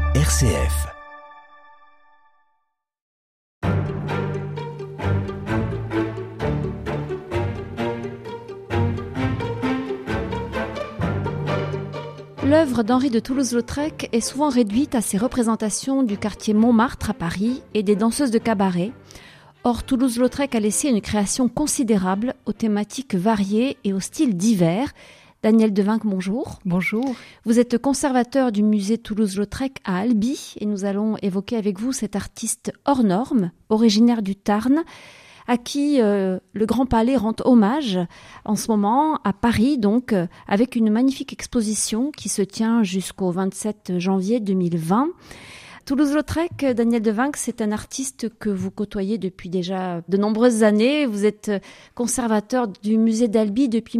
RCF. L'œuvre d'Henri de Toulouse-Lautrec est souvent réduite à ses représentations du quartier Montmartre à Paris et des danseuses de cabaret. Or, Toulouse-Lautrec a laissé une création considérable aux thématiques variées et aux styles divers. Danielle Devinck, bonjour. Bonjour. Vous êtes conservateur du musée Toulouse-Lautrec à Albi et nous allons évoquer avec vous cet artiste hors norme, originaire du Tarn, à qui le Grand Palais rend hommage en ce moment à Paris, donc avec une magnifique exposition qui se tient jusqu'au 27 janvier 2020. Toulouse-Lautrec, Danielle Devinck, c'est un artiste que vous côtoyez depuis déjà de nombreuses années. Vous êtes conservateur du musée d'Albi depuis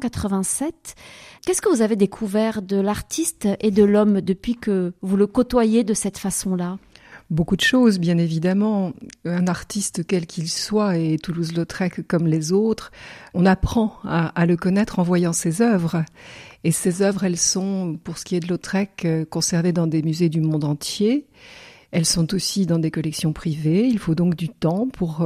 1987. Qu'est-ce que vous avez découvert de l'artiste et de l'homme depuis que vous le côtoyez de cette façon-là ? Beaucoup de choses, bien évidemment. Un artiste quel qu'il soit, et Toulouse-Lautrec comme les autres, on apprend à le connaître en voyant ses œuvres. Et ces œuvres, elles sont, pour ce qui est de Lautrec, conservées dans des musées du monde entier. Elles sont aussi dans des collections privées. Il faut donc du temps pour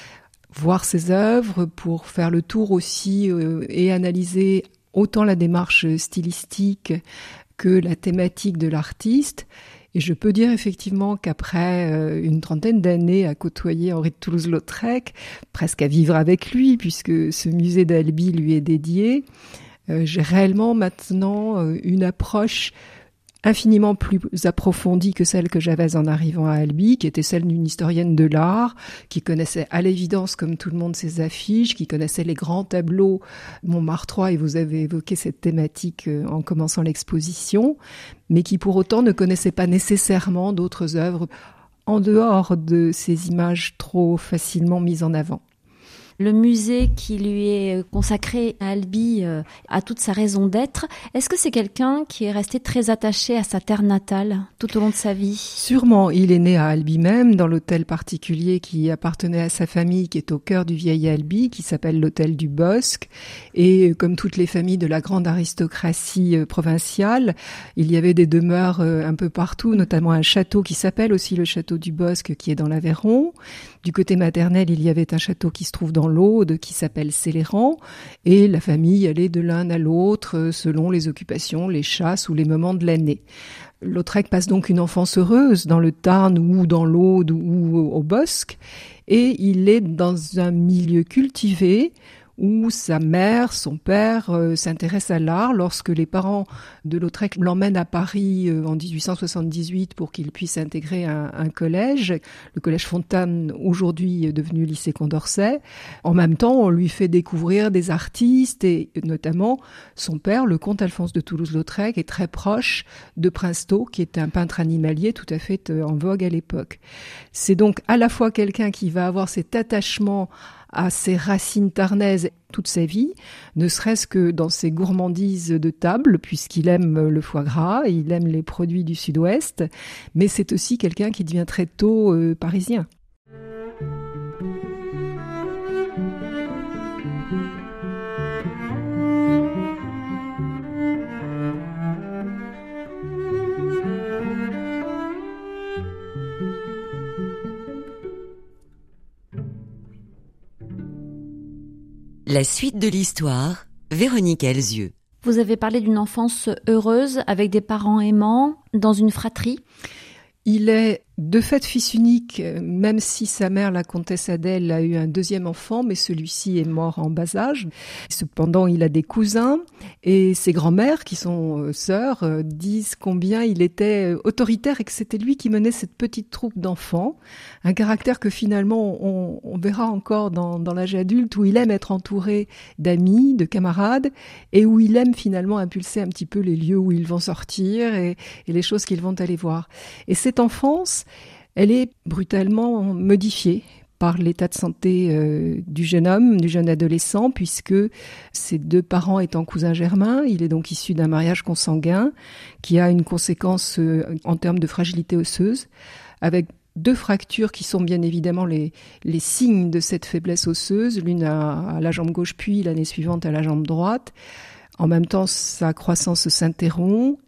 voir ces œuvres, pour faire le tour aussi et analyser autant la démarche stylistique que la thématique de l'artiste. Et je peux dire effectivement qu'après une trentaine d'années à côtoyer Henri de Toulouse-Lautrec, presque à vivre avec lui, puisque ce musée d'Albi lui est dédié, j'ai réellement maintenant une approche infiniment plus approfondie que celle que j'avais en arrivant à Albi, qui était celle d'une historienne de l'art, qui connaissait à l'évidence, comme tout le monde, ses affiches, qui connaissait les grands tableaux montmartrois, et vous avez évoqué cette thématique en commençant l'exposition, mais qui pour autant ne connaissait pas nécessairement d'autres œuvres en dehors de ces images trop facilement mises en avant. Le musée qui lui est consacré à Albi a toute sa raison d'être. Est-ce que c'est quelqu'un qui est resté très attaché à sa terre natale tout au long de sa vie ? Sûrement, il est né à Albi même, dans l'hôtel particulier qui appartenait à sa famille, qui est au cœur du vieil Albi, qui s'appelle l'hôtel du Bosc. Et comme toutes les familles de la grande aristocratie provinciale, il y avait des demeures un peu partout, notamment un château qui s'appelle aussi le château du Bosc, qui est dans l'Aveyron. Du côté maternel, il y avait un château qui se trouve dans l'Aude, qui s'appelle Céléran, et la famille allait de l'un à l'autre selon les occupations, les chasses ou les moments de l'année. Lautrec passe donc une enfance heureuse dans le Tarn ou dans l'Aude ou au Bosc, et il est dans un milieu cultivé où sa mère, son père s'intéressent à l'art lorsque les parents de Lautrec l'emmènent à Paris en 1878 pour qu'il puisse intégrer un collège, le collège Fontane, aujourd'hui devenu lycée Condorcet. En même temps, on lui fait découvrir des artistes et notamment son père, le comte Alphonse de Toulouse-Lautrec, est très proche de Princeau, qui est un peintre animalier tout à fait en vogue à l'époque. C'est donc à la fois quelqu'un qui va avoir cet attachement à ses racines tarnaises toute sa vie, ne serait-ce que dans ses gourmandises de table, puisqu'il aime le foie gras, il aime les produits du sud-ouest, mais c'est aussi quelqu'un qui devient très tôt parisien. La suite de l'histoire, Véronique Elzieux. Vous avez parlé d'une enfance heureuse avec des parents aimants, dans une fratrie. Il est de fait fils unique, même si sa mère, la comtesse Adèle, a eu un deuxième enfant, mais celui-ci est mort en bas âge. Cependant, il a des cousins et ses grands-mères, qui sont sœurs, disent combien il était autoritaire et que c'était lui qui menait cette petite troupe d'enfants. Un caractère que finalement, on verra encore dans l'âge adulte, où il aime être entouré d'amis, de camarades, et où il aime finalement impulser un petit peu les lieux où ils vont sortir et les choses qu'ils vont aller voir. Et cette enfance, elle est brutalement modifiée par l'état de santé du jeune homme, du jeune adolescent, puisque ses deux parents étant cousins germains, il est donc issu d'un mariage consanguin qui a une conséquence en termes de fragilité osseuse, avec deux fractures qui sont bien évidemment les signes de cette faiblesse osseuse, l'une à la jambe gauche puis l'année suivante à la jambe droite. En même temps, sa croissance s'interrompt.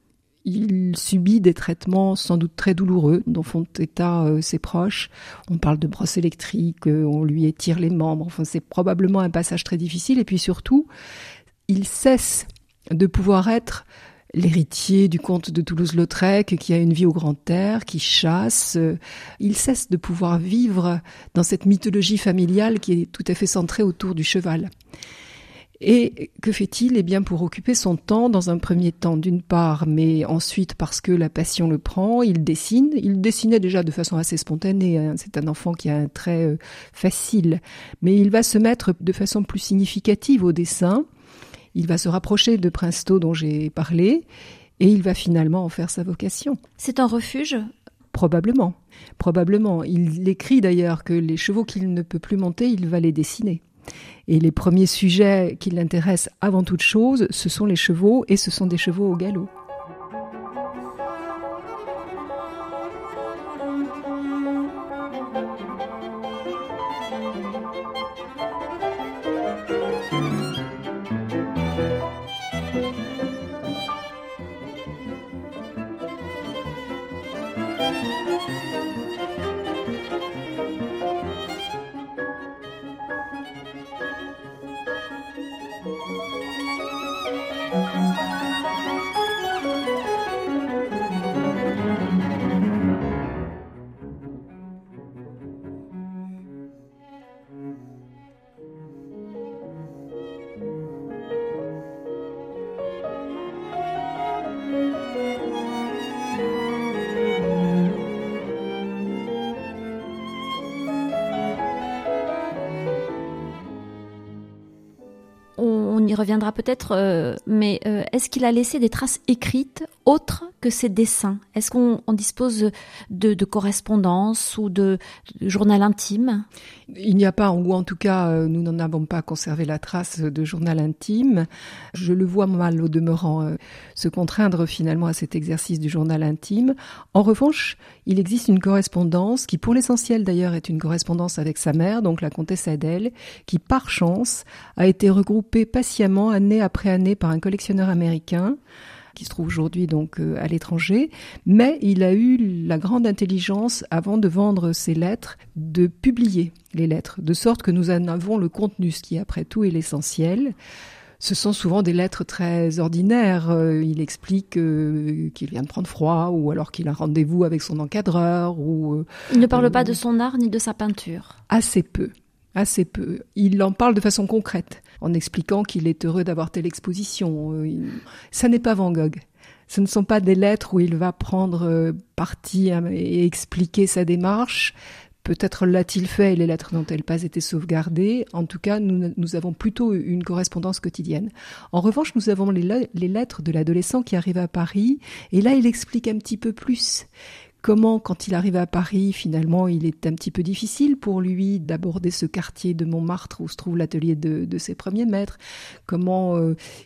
Il subit des traitements sans doute très douloureux dont font état ses proches. On parle de brosse électrique, on lui étire les membres. Enfin, c'est probablement un passage très difficile. Et puis surtout, il cesse de pouvoir être l'héritier du comte de Toulouse-Lautrec qui a une vie au grand air, qui chasse. Il cesse de pouvoir vivre dans cette mythologie familiale qui est tout à fait centrée autour du cheval. Et que fait-il ? Eh bien, pour occuper son temps, dans un premier temps, d'une part, mais ensuite parce que la passion le prend, il dessine. Il dessinait déjà de façon assez spontanée, hein. C'est un enfant qui a un trait facile. Mais il va se mettre de façon plus significative au dessin. Il va se rapprocher de Princeteau dont j'ai parlé, et il va finalement en faire sa vocation. C'est un refuge ? Probablement. Il écrit d'ailleurs que les chevaux qu'il ne peut plus monter, il va les dessiner. Et les premiers sujets qui l'intéressent avant toute chose, ce sont les chevaux, et ce sont des chevaux au galop. On y reviendra peut-être, mais est-ce qu'il a laissé des traces écrites autres que ses dessins ? Est-ce qu'on dispose de correspondances ou de journal intime ? Il n'y a pas, ou en tout cas, nous n'en avons pas conservé la trace de journal intime. Je le vois mal au demeurant se contraindre finalement à cet exercice du journal intime. En revanche, il existe une correspondance qui, pour l'essentiel d'ailleurs, est une correspondance avec sa mère, donc la comtesse Adèle, qui par chance a été regroupée patiemment année après année par un collectionneur américain qui se trouve aujourd'hui donc à l'étranger, mais il a eu la grande intelligence, avant de vendre ses lettres, de publier les lettres, de sorte que nous en avons le contenu, ce qui après tout est l'essentiel. Ce sont souvent des lettres très ordinaires. Il explique qu'il vient de prendre froid, ou alors qu'il a rendez-vous avec son encadreur. Il ne parle pas de son art ni de sa peinture. Assez peu. Il en parle de façon concrète, en expliquant qu'il est heureux d'avoir telle exposition. Ça n'est pas Van Gogh. Ce ne sont pas des lettres où il va prendre parti et expliquer sa démarche. Peut-être l'a-t-il fait et les lettres n'ont-elles pas été sauvegardées. En tout cas, nous avons plutôt une correspondance quotidienne. En revanche, nous avons les lettres de l'adolescent qui arrive à Paris. Et là, il explique un petit peu plus comment, quand il arrive à Paris, finalement, il est un petit peu difficile pour lui d'aborder ce quartier de Montmartre où se trouve l'atelier de ses premiers maîtres. Comment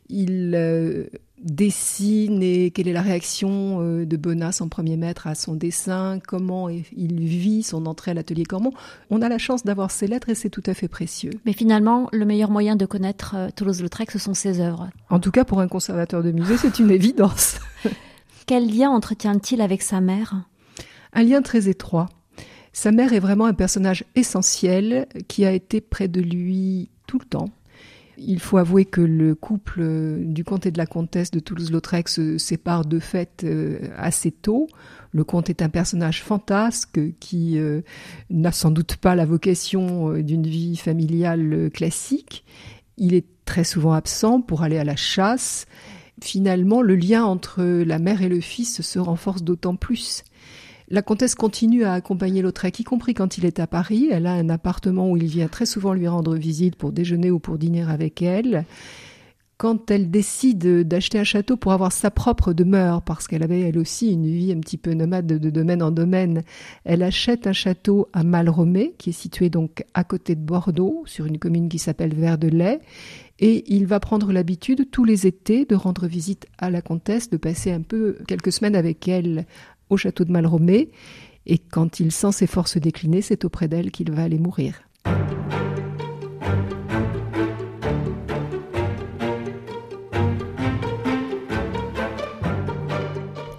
il dessine et quelle est la réaction de Bonnat, son premier maître, à son dessin, comment il vit son entrée à l'atelier Cormon. On a la chance d'avoir ces lettres et c'est tout à fait précieux. Mais finalement, le meilleur moyen de connaître Toulouse-Lautrec, ce sont ses œuvres. En tout cas, pour un conservateur de musée, c'est une évidence. Quel lien entretient-il avec sa mère ? Un lien très étroit. Sa mère est vraiment un personnage essentiel qui a été près de lui tout le temps. Il faut avouer que le couple du comte et de la comtesse de Toulouse-Lautrec se sépare de fait assez tôt. Le comte est un personnage fantasque qui n'a sans doute pas la vocation d'une vie familiale classique. Il est très souvent absent pour aller à la chasse. Finalement, le lien entre la mère et le fils se renforce d'autant plus. La comtesse continue à accompagner Lautrec, y compris quand il est à Paris. Elle a un appartement où il vient très souvent lui rendre visite pour déjeuner ou pour dîner avec elle. Quand elle décide d'acheter un château pour avoir sa propre demeure, parce qu'elle avait elle aussi une vie un petit peu nomade de domaine en domaine, elle achète un château à Malromé, qui est situé donc à côté de Bordeaux, sur une commune qui s'appelle Vert-de-Lay. Et il va prendre l'habitude tous les étés de rendre visite à la comtesse, de passer un peu quelques semaines avec elle au château de Malromé, et quand il sent ses forces décliner, c'est auprès d'elle qu'il va aller mourir.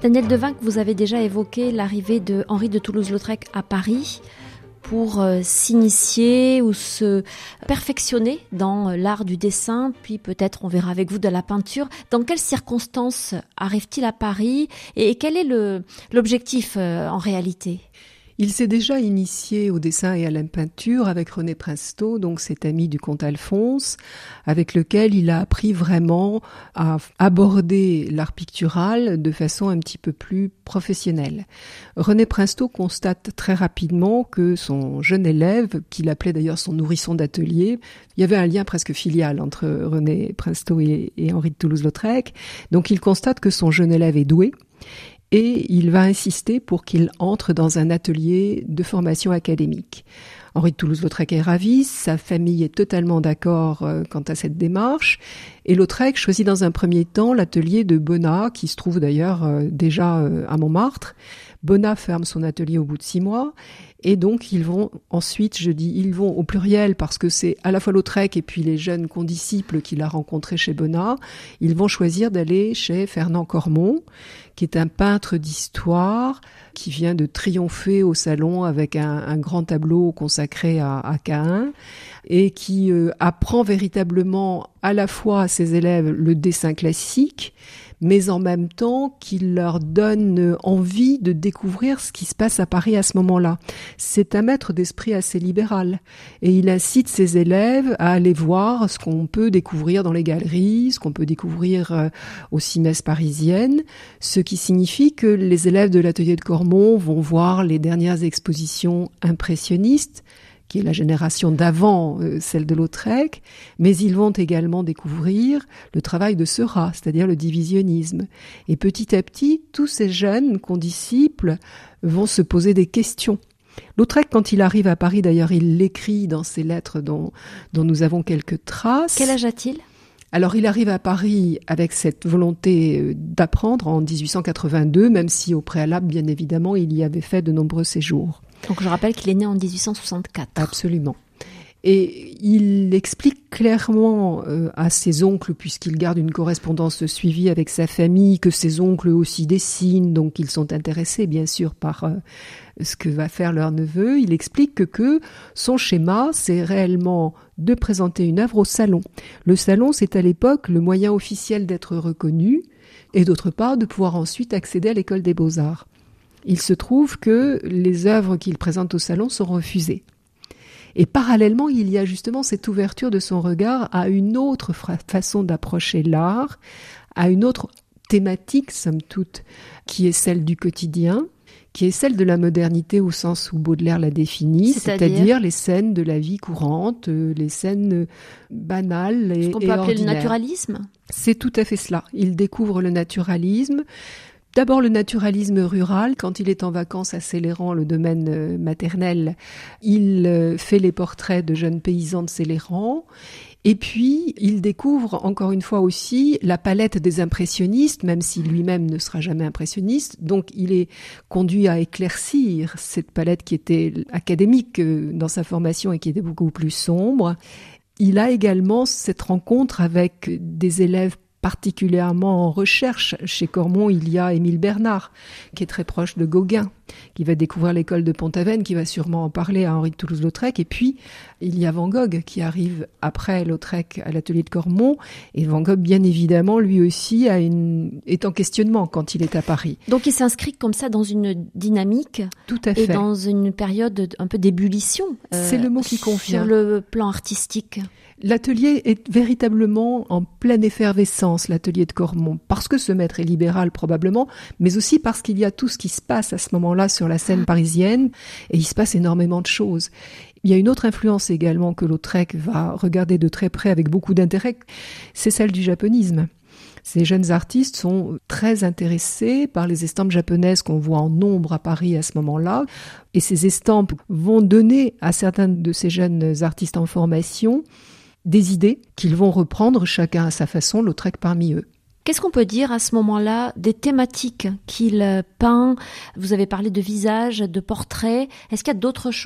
Daniel Devinck, vous avez déjà évoqué l'arrivée de Henri de Toulouse-Lautrec à Paris pour s'initier ou se perfectionner dans l'art du dessin, puis peut-être on verra avec vous de la peinture. Dans quelles circonstances arrive-t-il à Paris et quel est l'objectif en réalité ? Il s'est déjà initié au dessin et à la peinture avec René Princeteau, donc cet ami du comte Alphonse, avec lequel il a appris vraiment à aborder l'art pictural de façon un petit peu plus professionnelle. René Princeteau constate très rapidement que son jeune élève, qu'il appelait d'ailleurs son nourrisson d'atelier, il y avait un lien presque filial entre René Princeteau et Henri de Toulouse-Lautrec, donc il constate que son jeune élève est doué, et il va insister pour qu'il entre dans un atelier de formation académique. Henri de Toulouse-Lautrec est ravi, sa famille est totalement d'accord quant à cette démarche, et Lautrec choisit dans un premier temps l'atelier de Bonnat, qui se trouve d'ailleurs déjà à Montmartre. Bonnat ferme son atelier au bout de 6 mois, et donc ils vont ensuite, je dis ils vont au pluriel parce que c'est à la fois Lautrec et puis les jeunes condisciples qu'il a rencontrés chez Bonnat, ils vont choisir d'aller chez Fernand Cormon, qui est un peintre d'histoire, qui vient de triompher au salon avec un grand tableau consacré à Caïn, et qui apprend véritablement à la fois à ses élèves le dessin classique, mais en même temps qu'il leur donne envie de découvrir ce qui se passe à Paris à ce moment-là. C'est un maître d'esprit assez libéral, et il incite ses élèves à aller voir ce qu'on peut découvrir dans les galeries, ce qu'on peut découvrir aux Cimaises parisiennes, ce qui signifie que les élèves de l'atelier de Cormon vont voir les dernières expositions impressionnistes, qui est la génération d'avant celle de Lautrec, mais ils vont également découvrir le travail de Seurat, c'est-à-dire le divisionnisme. Et petit à petit, tous ces jeunes condisciples vont se poser des questions. Lautrec, quand il arrive à Paris, d'ailleurs, il l'écrit dans ses lettres dont nous avons quelques traces. Quel âge a-t-il ? Alors, il arrive à Paris avec cette volonté d'apprendre en 1882, même si au préalable, bien évidemment, il y avait fait de nombreux séjours. Donc je rappelle qu'il est né en 1864. Absolument. Et il explique clairement à ses oncles, puisqu'il garde une correspondance suivie avec sa famille, que ses oncles aussi dessinent, donc ils sont intéressés bien sûr par ce que va faire leur neveu. Il explique que son schéma, c'est réellement de présenter une œuvre au salon. Le salon, c'est à l'époque le moyen officiel d'être reconnu, et d'autre part de pouvoir ensuite accéder à l'école des beaux-arts. Il se trouve que les œuvres qu'il présente au salon sont refusées. Et parallèlement, il y a justement cette ouverture de son regard à une autre façon d'approcher l'art, à une autre thématique, somme toute, qui est celle du quotidien, qui est celle de la modernité au sens où Baudelaire la définit, c'est-à-dire les scènes de la vie courante, les scènes banales et ordinaires. Ce qu'on peut appeler le naturalisme ? C'est tout à fait cela. Il découvre le naturalisme. D'abord le naturalisme rural, quand il est en vacances à Céléran, le domaine maternel, il fait les portraits de jeunes paysans de Céléran. Et puis, il découvre encore une fois aussi la palette des impressionnistes, même si lui-même ne sera jamais impressionniste. Donc, il est conduit à éclaircir cette palette qui était académique dans sa formation et qui était beaucoup plus sombre. Il a également cette rencontre avec des élèves particulièrement en recherche. Chez Cormon, il y a Émile Bernard, qui est très proche de Gauguin, qui va découvrir l'école de Pont-Aven, qui va sûrement en parler à Henri de Toulouse-Lautrec. Et puis, il y a Van Gogh, qui arrive après Lautrec à l'atelier de Cormon. Et Van Gogh, bien évidemment, lui aussi, est en questionnement quand il est à Paris. Donc, il s'inscrit comme ça dans une dynamique. Tout à fait. Et dans une période un peu d'ébullition. C'est le mot qui convient. Sur le plan artistique. L'atelier est véritablement en pleine effervescence, l'atelier de Cormon, parce que ce maître est libéral probablement, mais aussi parce qu'il y a tout ce qui se passe à ce moment-là sur la scène parisienne, et il se passe énormément de choses. Il y a une autre influence également que Lautrec va regarder de très près avec beaucoup d'intérêt, c'est celle du japonisme. Ces jeunes artistes sont très intéressés par les estampes japonaises qu'on voit en nombre à Paris à ce moment-là. Et ces estampes vont donner à certains de ces jeunes artistes en formation des idées qu'ils vont reprendre chacun à sa façon, Lautrec parmi eux. Qu'est-ce qu'on peut dire à ce moment-là des thématiques qu'il peint ? Vous avez parlé de visages, de portraits. Est-ce qu'il y a d'autres choses ?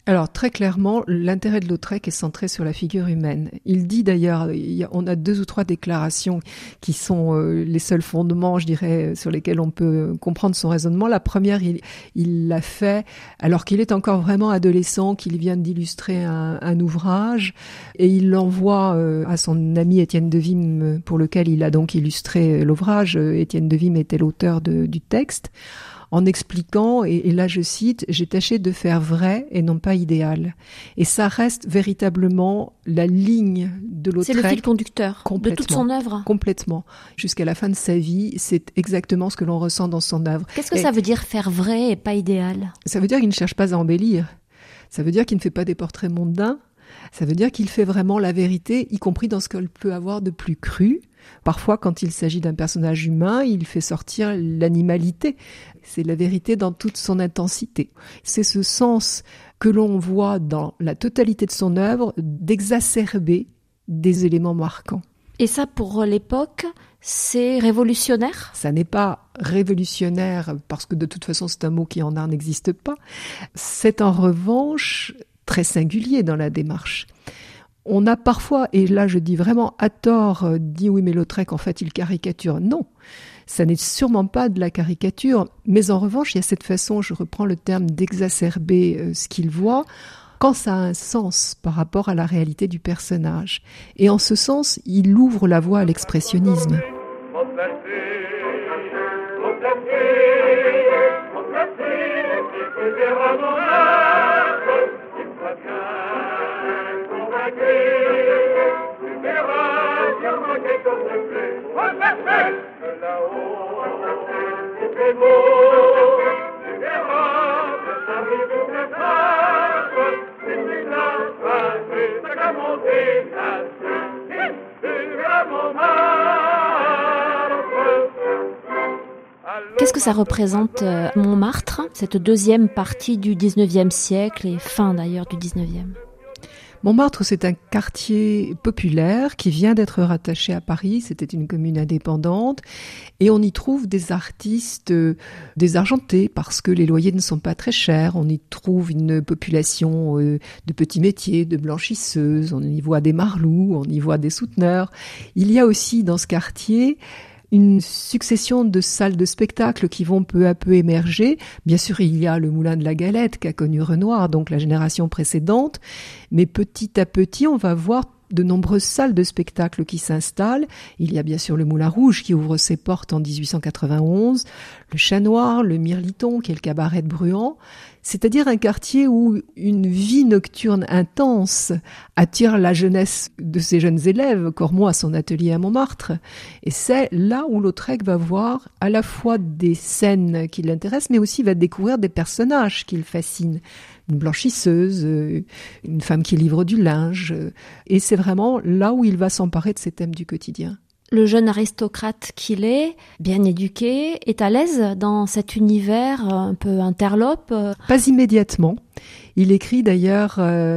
Alors très clairement, l'intérêt de Lautrec est centré sur la figure humaine. Il dit d'ailleurs, on a 2 ou 3 déclarations qui sont les seuls fondements, je dirais, sur lesquels on peut comprendre son raisonnement. La première, il l'a fait alors qu'il est encore vraiment adolescent, qu'il vient d'illustrer un ouvrage, et il l'envoie à son ami Étienne de Vimes, pour lequel il a donc illustré l'ouvrage. Étienne de Vimes était l'auteur du texte, en expliquant, et là je cite, « J'ai tâché de faire vrai et non pas idéal ». Et ça reste véritablement la ligne de Lautrec. C'est le fil conducteur de toute son œuvre. Complètement. Jusqu'à la fin de sa vie, c'est exactement ce que l'on ressent dans son œuvre. Qu'est-ce que ça veut dire faire vrai et pas idéal ? Ça veut dire qu'il ne cherche pas à embellir. Ça veut dire qu'il ne fait pas des portraits mondains. Ça veut dire qu'il fait vraiment la vérité, y compris dans ce qu'elle peut avoir de plus cru. Parfois, quand il s'agit d'un personnage humain, il fait sortir l'animalité. C'est la vérité dans toute son intensité. C'est ce sens que l'on voit dans la totalité de son œuvre d'exacerber des éléments marquants. Et ça, pour l'époque, c'est révolutionnaire ? Ça n'est pas révolutionnaire parce que de toute façon, c'est un mot qui en art n'existe pas. C'est en revanche très singulier dans la démarche. On a parfois, et là je dis vraiment à tort, dit oui mais Lautrec en fait il caricature. Non, ça n'est sûrement pas de la caricature, mais en revanche il y a cette façon, je reprends le terme d'exacerber ce qu'il voit, quand ça a un sens par rapport à la réalité du personnage. Et en ce sens, il ouvre la voie à l'expressionnisme. Qu'est-ce que ça représente Montmartre, cette deuxième partie du 19e siècle et fin d'ailleurs du 19e ? Montmartre, c'est un quartier populaire qui vient d'être rattaché à Paris. C'était une commune indépendante. Et on y trouve des artistes désargentés parce que les loyers ne sont pas très chers. On y trouve une population de petits métiers, de blanchisseuses. On y voit des marlous, on y voit des souteneurs. Il y a aussi dans ce quartier une succession de salles de spectacle qui vont peu à peu émerger. Bien sûr, il y a le Moulin de la Galette qu'a connu Renoir, donc la génération précédente. Mais petit à petit, on va voir de nombreuses salles de spectacle qui s'installent. Il y a bien sûr le Moulin Rouge qui ouvre ses portes en 1891, le Chat Noir, le Mirliton qui est le cabaret de Bruant. C'est-à-dire un quartier où une vie nocturne intense attire la jeunesse de ses jeunes élèves, Cormon a son atelier à Montmartre. Et c'est là où Lautrec va voir à la fois des scènes qui l'intéressent, mais aussi va découvrir des personnages qui le fascinent. Une blanchisseuse, une femme qui livre du linge. Et c'est vraiment là où il va s'emparer de ces thèmes du quotidien. Le jeune aristocrate qu'il est, bien éduqué, est à l'aise dans cet univers un peu interlope. Pas immédiatement. Il écrit d'ailleurs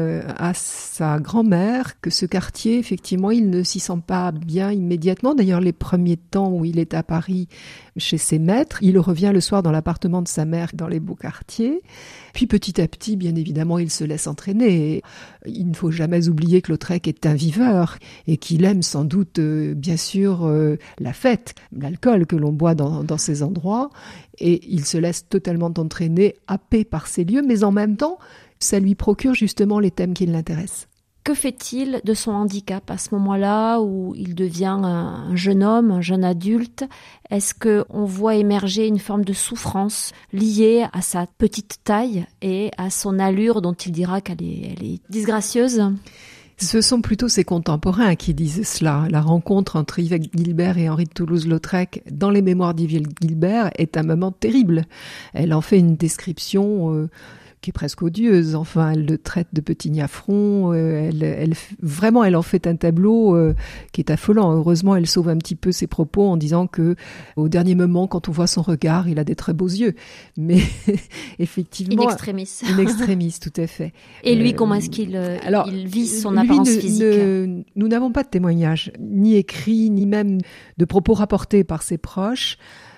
à sa grand-mère que ce quartier, effectivement, il ne s'y sent pas bien immédiatement. D'ailleurs, les premiers temps où il est à Paris chez ses maîtres, il revient le soir dans l'appartement de sa mère dans les beaux quartiers. Puis petit à petit, bien évidemment, il se laisse entraîner. Et il ne faut jamais oublier que Lautrec est un viveur et qu'il aime sans doute, bien sûr, la fête, l'alcool que l'on boit dans ces endroits. Et il se laisse totalement entraîner, happé par ces lieux, mais en même temps, ça lui procure justement les thèmes qui l'intéressent. Que fait-il de son handicap à ce moment-là où il devient un jeune homme, un jeune adulte ? Est-ce qu'on voit émerger une forme de souffrance liée à sa petite taille et à son allure dont il dira qu'elle est disgracieuse ? Ce sont plutôt ses contemporains qui disent cela. La rencontre entre Yves Guilbert et Henri de Toulouse-Lautrec dans les mémoires d'Yves Guilbert est un moment terrible. Elle en fait une description qui est presque odieuse. Enfin, elle le traite de petit niafron. Vraiment, elle en fait un tableau qui est affolant. Heureusement, elle sauve un petit peu ses propos en disant que, au dernier moment, quand on voit son regard, il a des très beaux yeux. Mais effectivement, in extremis, tout à fait. Et lui, comment est-ce qu'il il vit son apparence physique ? Nous n'avons pas de témoignages, ni écrits, ni même de propos rapportés par ses proches.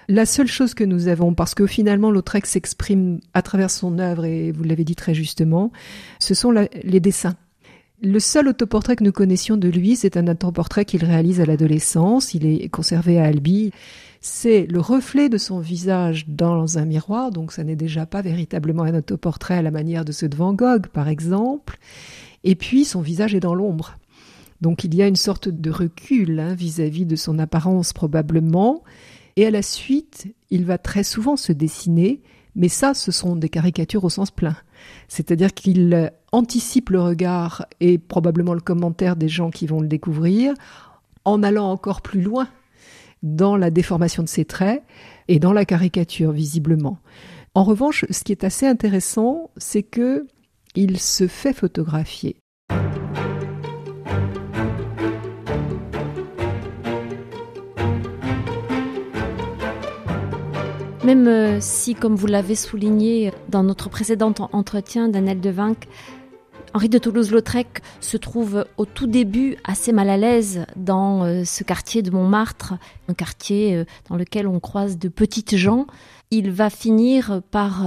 La seule chose que nous avons, parce que finalement Lautrec s'exprime à travers son œuvre, et vous l'avez dit très justement, ce sont les dessins. Le seul autoportrait que nous connaissions de lui, c'est un autoportrait qu'il réalise à l'adolescence. Il est conservé à Albi. C'est le reflet de son visage dans un miroir, donc ça n'est déjà pas véritablement un autoportrait à la manière de ceux de Van Gogh, par exemple. Et puis son visage est dans l'ombre. Donc il y a une sorte de recul vis-à-vis de son apparence probablement. Et à la suite, il va très souvent se dessiner, mais ça, ce sont des caricatures au sens plein. C'est-à-dire qu'il anticipe le regard et probablement le commentaire des gens qui vont le découvrir, en allant encore plus loin dans la déformation de ses traits et dans la caricature, visiblement. En revanche, ce qui est assez intéressant, c'est qu'il se fait photographier. Même si, comme vous l'avez souligné dans notre précédent entretien d'Annelle Devinck, Henri de Toulouse-Lautrec se trouve au tout début assez mal à l'aise dans ce quartier de Montmartre, un quartier dans lequel on croise de petites gens. Il va finir par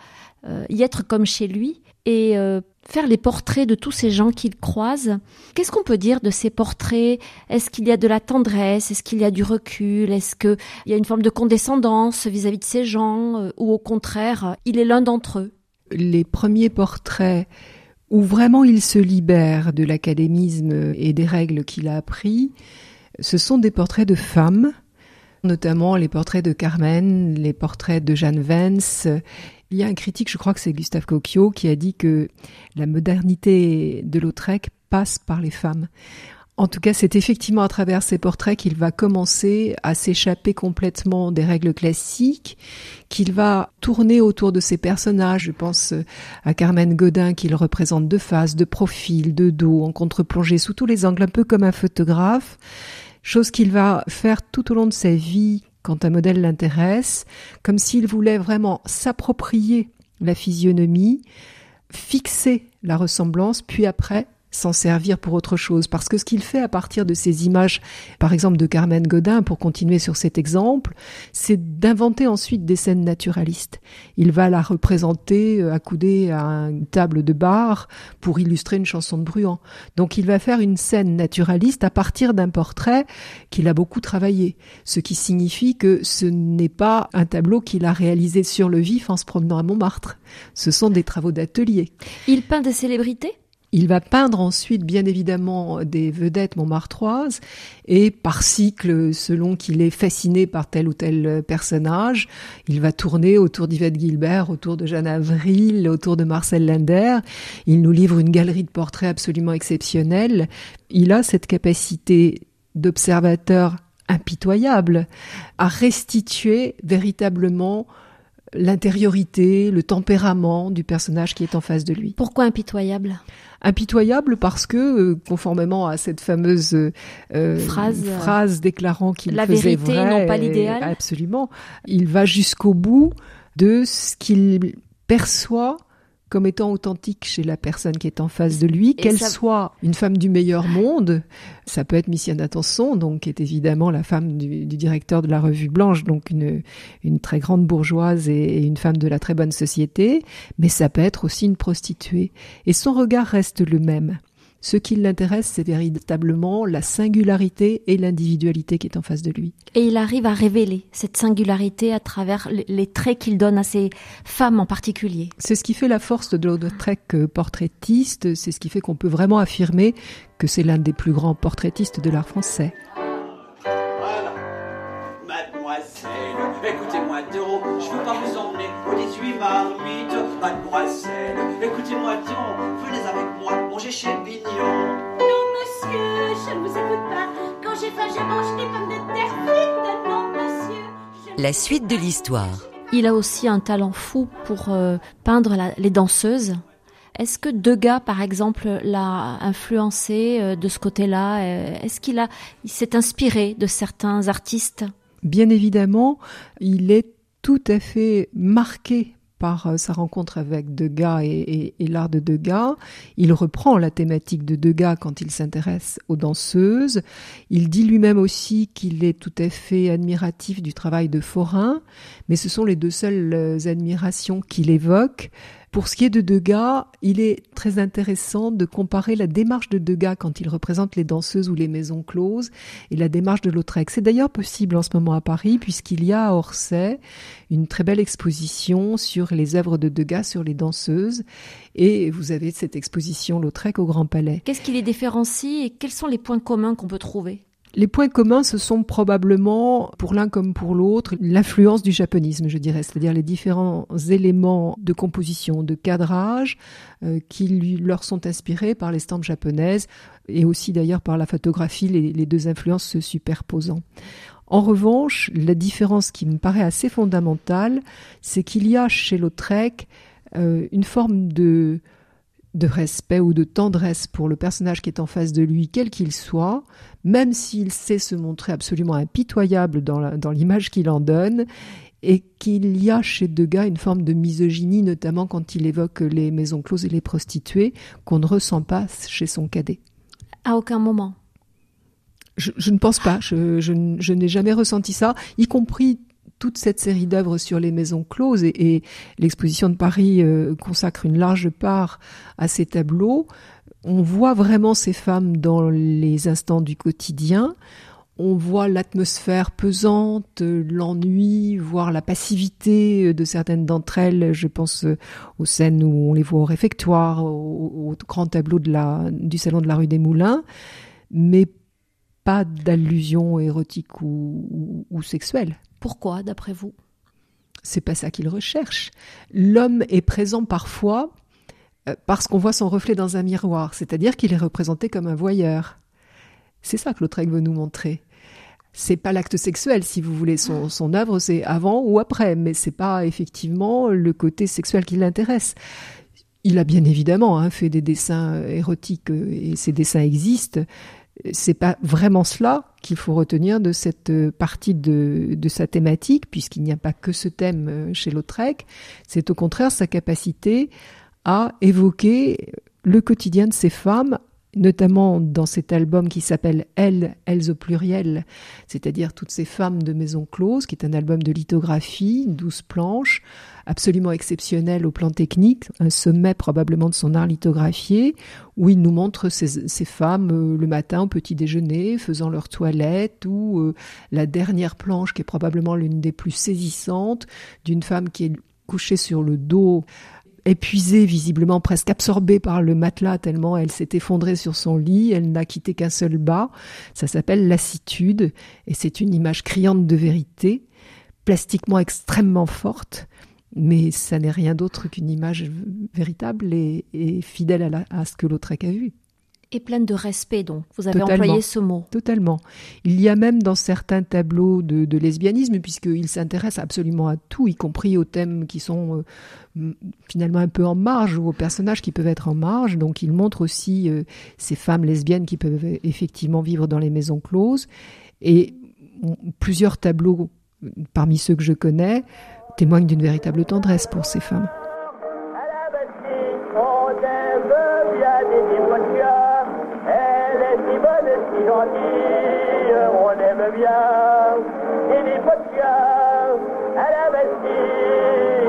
y être comme chez lui et faire les portraits de tous ces gens qu'il croise. Qu'est-ce qu'on peut dire de ces portraits ? Est-ce qu'il y a de la tendresse ? Est-ce qu'il y a du recul ? Est-ce qu'il y a une forme de condescendance vis-à-vis de ces gens ? Ou au contraire, il est l'un d'entre eux ? Les premiers portraits où vraiment il se libère de l'académisme et des règles qu'il a appris, ce sont des portraits de femmes, notamment les portraits de Carmen, les portraits de Jeanne Vence. Il y a un critique, je crois que c'est Gustave Cocchio, qui a dit que la modernité de Lautrec passe par les femmes. En tout cas, c'est effectivement à travers ces portraits qu'il va commencer à s'échapper complètement des règles classiques, qu'il va tourner autour de ses personnages. Je pense à Carmen Godin qu'il représente de face, de profil, de dos, en contre-plongée, sous tous les angles, un peu comme un photographe. Chose qu'il va faire tout au long de sa vie quand un modèle l'intéresse, comme s'il voulait vraiment s'approprier la physionomie, fixer la ressemblance, puis après s'en servir pour autre chose. Parce que ce qu'il fait à partir de ces images, par exemple de Carmen Godin, pour continuer sur cet exemple, c'est d'inventer ensuite des scènes naturalistes. Il va la représenter accoudée à une table de bar pour illustrer une chanson de Bruant. Donc il va faire une scène naturaliste à partir d'un portrait qu'il a beaucoup travaillé. Ce qui signifie que ce n'est pas un tableau qu'il a réalisé sur le vif en se promenant à Montmartre. Ce sont des travaux d'atelier. Il peint des célébrités ? Il va peindre ensuite, bien évidemment, des vedettes montmartroises et par cycle, selon qu'il est fasciné par tel ou tel personnage, il va tourner autour d'Yvette Guilbert, autour de Jeanne Avril, autour de Marcel Linder. Il nous livre une galerie de portraits absolument exceptionnelle. Il a cette capacité d'observateur impitoyable à restituer véritablement l'intériorité, le tempérament du personnage qui est en face de lui. Pourquoi impitoyable ? Impitoyable parce que, conformément à cette fameuse phrase déclarant qu'il faisait vérité, vrai, non pas l'idéal. Absolument, il va jusqu'au bout de ce qu'il perçoit comme étant authentique chez la personne qui est en face de lui, qu'elle soit une femme du meilleur monde, ça peut être Missiane Attenson, donc qui est évidemment la femme du directeur de la Revue Blanche, donc une très grande bourgeoise et une femme de la très bonne société, mais ça peut être aussi une prostituée. Et son regard reste le même. Ce qui l'intéresse, c'est véritablement la singularité et l'individualité qui est en face de lui. Et il arrive à révéler cette singularité à travers les traits qu'il donne à ces femmes en particulier. C'est ce qui fait la force de Lautrec portraitiste, c'est ce qui fait qu'on peut vraiment affirmer que c'est l'un des plus grands portraitistes de l'art français. Voilà, mademoiselle, écoutez-moi d'euros, je veux pas vous emmener au 18 marmites. Mademoiselle, écoutez-moi donc, venez avec moi, manger chez Bignon. Non monsieur, je ne vous écoute pas. Quand j'ai faim, je mange des pommes de terre frites. Non monsieur. La suite de l'histoire. Il a aussi un talent fou pour peindre les danseuses. Est-ce que Degas, par exemple, l'a influencé de ce côté-là ? Est-ce qu'il s'est inspiré de certains artistes ? Bien évidemment, il est tout à fait marqué par sa rencontre avec Degas et l'art de Degas. Il reprend la thématique de Degas quand il s'intéresse aux danseuses. Il dit lui-même aussi qu'il est tout à fait admiratif du travail de Forain, mais ce sont les deux seules admirations qu'il évoque. Pour ce qui est de Degas, il est très intéressant de comparer la démarche de Degas quand il représente les danseuses ou les maisons closes et la démarche de Lautrec. C'est d'ailleurs possible en ce moment à Paris puisqu'il y a à Orsay une très belle exposition sur les œuvres de Degas sur les danseuses et vous avez cette exposition Lautrec au Grand Palais. Qu'est-ce qui les différencie et quels sont les points communs qu'on peut trouver ? Les points communs, ce sont probablement, pour l'un comme pour l'autre, l'influence du japonisme, je dirais, c'est-à-dire les différents éléments de composition, de cadrage qui leur sont inspirés par l'estampes japonaises et aussi d'ailleurs par la photographie, les deux influences se superposant. En revanche, la différence qui me paraît assez fondamentale, c'est qu'il y a chez Lautrec une forme de respect ou de tendresse pour le personnage qui est en face de lui, quel qu'il soit, même s'il sait se montrer absolument impitoyable dans l'image qu'il en donne, et qu'il y a chez Degas une forme de misogynie, notamment quand il évoque les maisons closes et les prostituées, qu'on ne ressent pas chez son cadet. À aucun moment. Je ne pense pas, je n'ai jamais ressenti ça, y compris toute cette série d'œuvres sur les maisons closes et l'exposition de Paris consacre une large part à ces tableaux. On voit vraiment ces femmes dans les instants du quotidien. On voit l'atmosphère pesante, l'ennui, voire la passivité de certaines d'entre elles. Je pense aux scènes où on les voit au réfectoire, au grand tableau du salon de la rue des Moulins, mais pas d'allusion érotique ou sexuelle. Pourquoi, d'après vous ? C'est pas ça qu'il recherche. L'homme est présent parfois parce qu'on voit son reflet dans un miroir, c'est-à-dire qu'il est représenté comme un voyeur. C'est ça que Lautrec veut nous montrer. C'est pas l'acte sexuel, si vous voulez. Son œuvre, c'est avant ou après, mais c'est pas effectivement le côté sexuel qui l'intéresse. Il a bien évidemment fait des dessins érotiques et ces dessins existent. C'est pas vraiment cela qu'il faut retenir de cette partie de sa thématique, puisqu'il n'y a pas que ce thème chez Lautrec. C'est au contraire sa capacité à évoquer le quotidien de ces femmes, notamment dans cet album qui s'appelle « Elles au pluriel », c'est-à-dire toutes ces femmes de maisons closes, qui est un album de lithographie, 12 planches, absolument exceptionnel au plan technique, un sommet probablement de son art lithographié, où il nous montre ces femmes le matin au petit déjeuner, faisant leur toilette, ou la dernière planche qui est probablement l'une des plus saisissantes, d'une femme qui est couchée sur le dos, épuisée, visiblement presque absorbée par le matelas tellement elle s'est effondrée sur son lit, elle n'a quitté qu'un seul bas. Ça s'appelle Lassitude et c'est une image criante de vérité, plastiquement extrêmement forte, mais ça n'est rien d'autre qu'une image véritable et fidèle à ce que Lautrec a vu. Et pleine de respect, donc. Vous avez employé ce mot. Totalement. Il y a même dans certains tableaux de lesbianisme, puisqu'il s'intéresse absolument à tout, y compris aux thèmes qui sont finalement un peu en marge, ou aux personnages qui peuvent être en marge. Donc il montre aussi ces femmes lesbiennes qui peuvent effectivement vivre dans les maisons closes. Et plusieurs tableaux, parmi ceux que je connais, témoignent d'une véritable tendresse pour ces femmes. On aime bien, et les potes à la Bastille.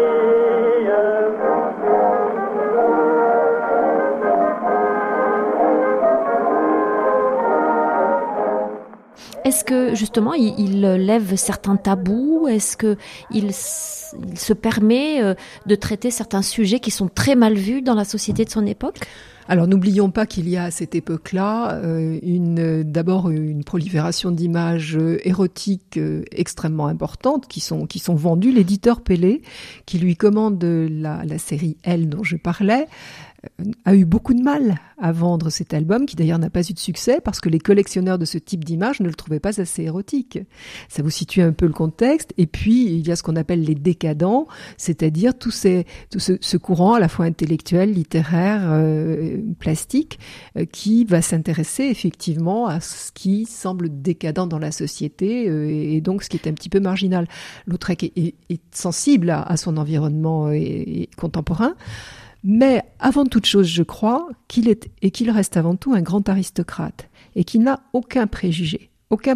Est-ce que justement il lève certains tabous ? Est-ce que il se permet de traiter certains sujets qui sont très mal vus dans la société de son époque ? Alors n'oublions pas qu'il y a à cette époque-là d'abord une prolifération d'images érotiques extrêmement importantes qui sont vendues. L'éditeur Pelé, qui lui commande la série Elle dont je parlais, a eu beaucoup de mal à vendre cet album, qui d'ailleurs n'a pas eu de succès parce que les collectionneurs de ce type d'image ne le trouvaient pas assez érotique. Ça vous situe un peu le contexte. Et puis, il y a ce qu'on appelle les décadents, c'est-à-dire tout ce courant à la fois intellectuel, littéraire, plastique, qui va s'intéresser effectivement à ce qui semble décadent dans la société et donc ce qui est un petit peu marginal. Lautrec est sensible à son environnement et contemporain. Mais avant toute chose, je crois qu'il est et qu'il reste avant tout un grand aristocrate et qu'il n'a aucun préjugé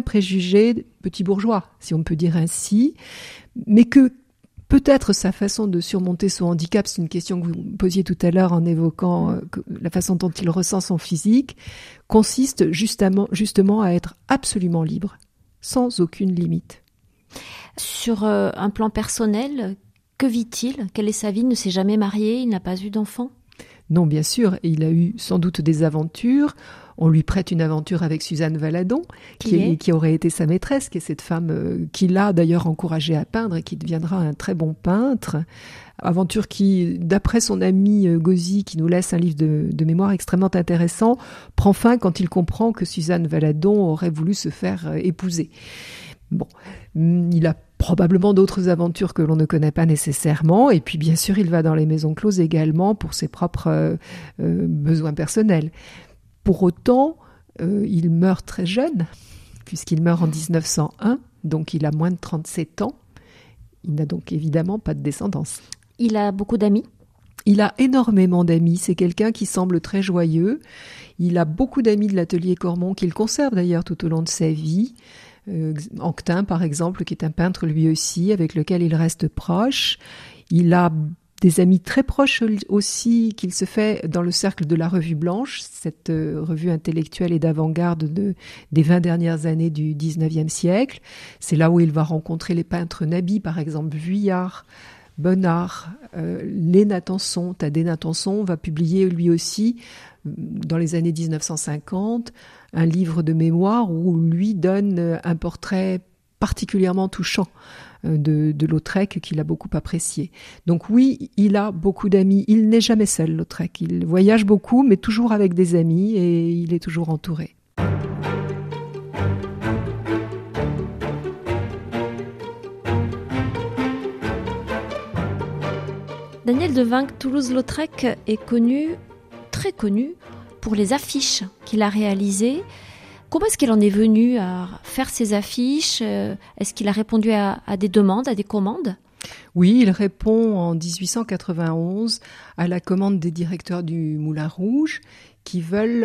petit bourgeois, si on peut dire ainsi, mais que peut-être sa façon de surmonter son handicap, c'est une question que vous posiez tout à l'heure en évoquant la façon dont il ressent son physique, consiste justement à être absolument libre, sans aucune limite. Sur un plan personnel, que vit-il ? Quelle est sa vie ? Il ne s'est jamais marié, il n'a pas eu d'enfant ? Non, bien sûr, il a eu sans doute des aventures. On lui prête une aventure avec Suzanne Valadon, qui aurait été sa maîtresse, qui est cette femme qu'il a d'ailleurs encouragée à peindre et qui deviendra un très bon peintre. Aventure qui, d'après son ami Gauzy, qui nous laisse un livre de mémoire extrêmement intéressant, prend fin quand il comprend que Suzanne Valadon aurait voulu se faire épouser. Bon, il a probablement d'autres aventures que l'on ne connaît pas nécessairement. Et puis, bien sûr, il va dans les maisons closes également pour ses propres besoins personnels. Pour autant, il meurt très jeune, puisqu'il meurt en 1901, donc il a moins de 37 ans. Il n'a donc évidemment pas de descendance. Il a beaucoup d'amis ? Il a énormément d'amis. C'est quelqu'un qui semble très joyeux. Il a beaucoup d'amis de l'atelier Cormon, qu'il conserve d'ailleurs tout au long de sa vie. Anquetin, par exemple, qui est un peintre lui aussi, avec lequel il reste proche. Il a des amis très proches aussi qu'il se fait dans le cercle de la Revue Blanche, cette revue intellectuelle et d'avant-garde des 20 dernières années du 19e siècle. C'est là où il va rencontrer les peintres nabis, par exemple Vuillard, Bonnard, Léna Tanson. Thaddée Natanson va publier lui aussi, dans les années 1950, un livre de mémoire où lui donne un portrait particulièrement touchant de Lautrec qu'il a beaucoup apprécié. Donc oui, il a beaucoup d'amis. Il n'est jamais seul, Lautrec. Il voyage beaucoup, mais toujours avec des amis et il est toujours entouré. Daniel Devinck, Toulouse-Lautrec est connu, très connu, pour les affiches qu'il a réalisées. Comment est-ce qu'il en est venu à faire ces affiches ? Est-ce qu'il a répondu à des demandes, à des commandes ? Oui, il répond en 1891 à la commande des directeurs du Moulin Rouge qui veulent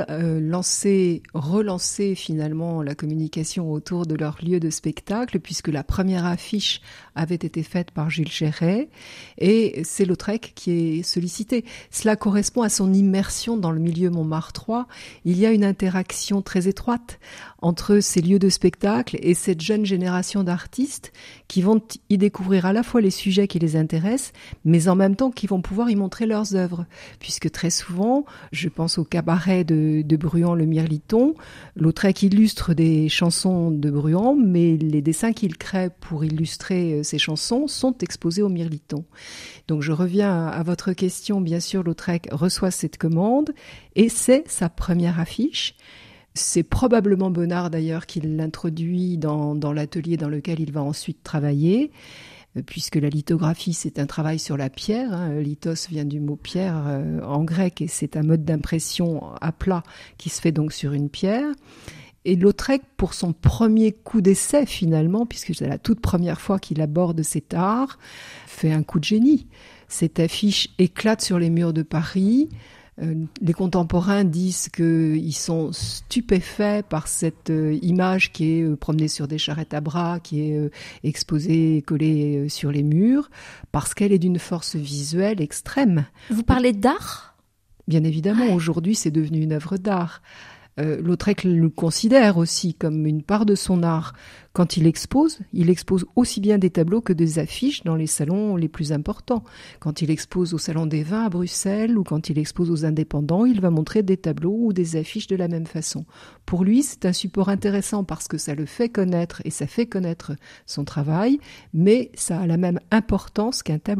relancer finalement la communication autour de leur lieu de spectacle, puisque la première affiche avait été faite par Jules Chéret, et c'est Lautrec qui est sollicité. Cela correspond à son immersion dans le milieu montmartrois. Il y a une interaction très étroite entre ces lieux de spectacle et cette jeune génération d'artistes qui vont y découvrir à la fois les sujets qui les intéressent, mais en même temps qui vont pouvoir y montrer leurs œuvres, puisque très souvent, je pense au cabaret de Bruant le Mirliton, Lautrec illustre des chansons de Bruant, mais les dessins qu'il crée pour illustrer ces chansons sont exposés au Mirliton. Donc je reviens à votre question, bien sûr, Lautrec reçoit cette commande et c'est sa première affiche. C'est probablement Bonnard d'ailleurs qui l'introduit dans l'atelier dans lequel il va ensuite travailler, puisque la lithographie c'est un travail sur la pierre, lithos vient du mot pierre en grec et c'est un mode d'impression à plat qui se fait donc sur une pierre. Et Lautrec, pour son premier coup d'essai finalement, puisque c'est la toute première fois qu'il aborde cet art, fait un coup de génie. Cette affiche éclate sur les murs de Paris. Les contemporains disent qu'ils sont stupéfaits par cette image qui est promenée sur des charrettes à bras, qui est exposée et collée sur les murs, parce qu'elle est d'une force visuelle extrême. Vous parlez d'art ? Bien évidemment, aujourd'hui c'est devenu une œuvre d'art. Lautrec le considère aussi comme une part de son art. Quand il expose aussi bien des tableaux que des affiches dans les salons les plus importants. Quand il expose au Salon des Vins à Bruxelles ou quand il expose aux Indépendants, il va montrer des tableaux ou des affiches de la même façon. Pour lui, c'est un support intéressant parce que ça le fait connaître et ça fait connaître son travail, mais ça a la même importance qu'un tableau.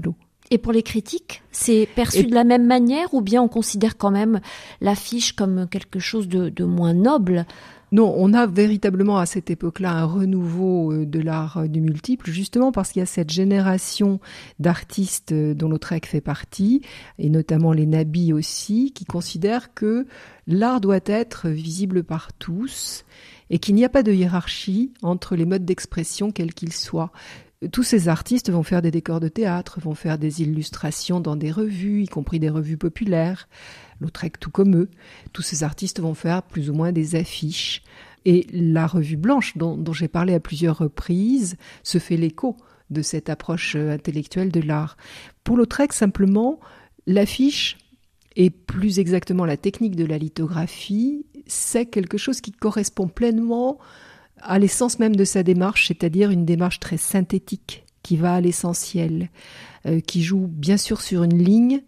Et pour les critiques, c'est perçu de la même manière ou bien on considère quand même l'affiche comme quelque chose de moins noble ? Non, on a véritablement à cette époque-là un renouveau de l'art du multiple, justement parce qu'il y a cette génération d'artistes dont Lautrec fait partie, et notamment les nabis aussi, qui considèrent que l'art doit être visible par tous et qu'il n'y a pas de hiérarchie entre les modes d'expression quels qu'ils soient. Tous ces artistes vont faire des décors de théâtre, vont faire des illustrations dans des revues, y compris des revues populaires. Lautrec tout comme eux. Tous ces artistes vont faire plus ou moins des affiches. Et la revue blanche, dont j'ai parlé à plusieurs reprises, se fait l'écho de cette approche intellectuelle de l'art. Pour Lautrec, simplement, l'affiche, et plus exactement la technique de la lithographie, c'est quelque chose qui correspond pleinement à l'essence même de sa démarche, c'est-à-dire une démarche très synthétique, qui va à l'essentiel, qui joue bien sûr sur une ligne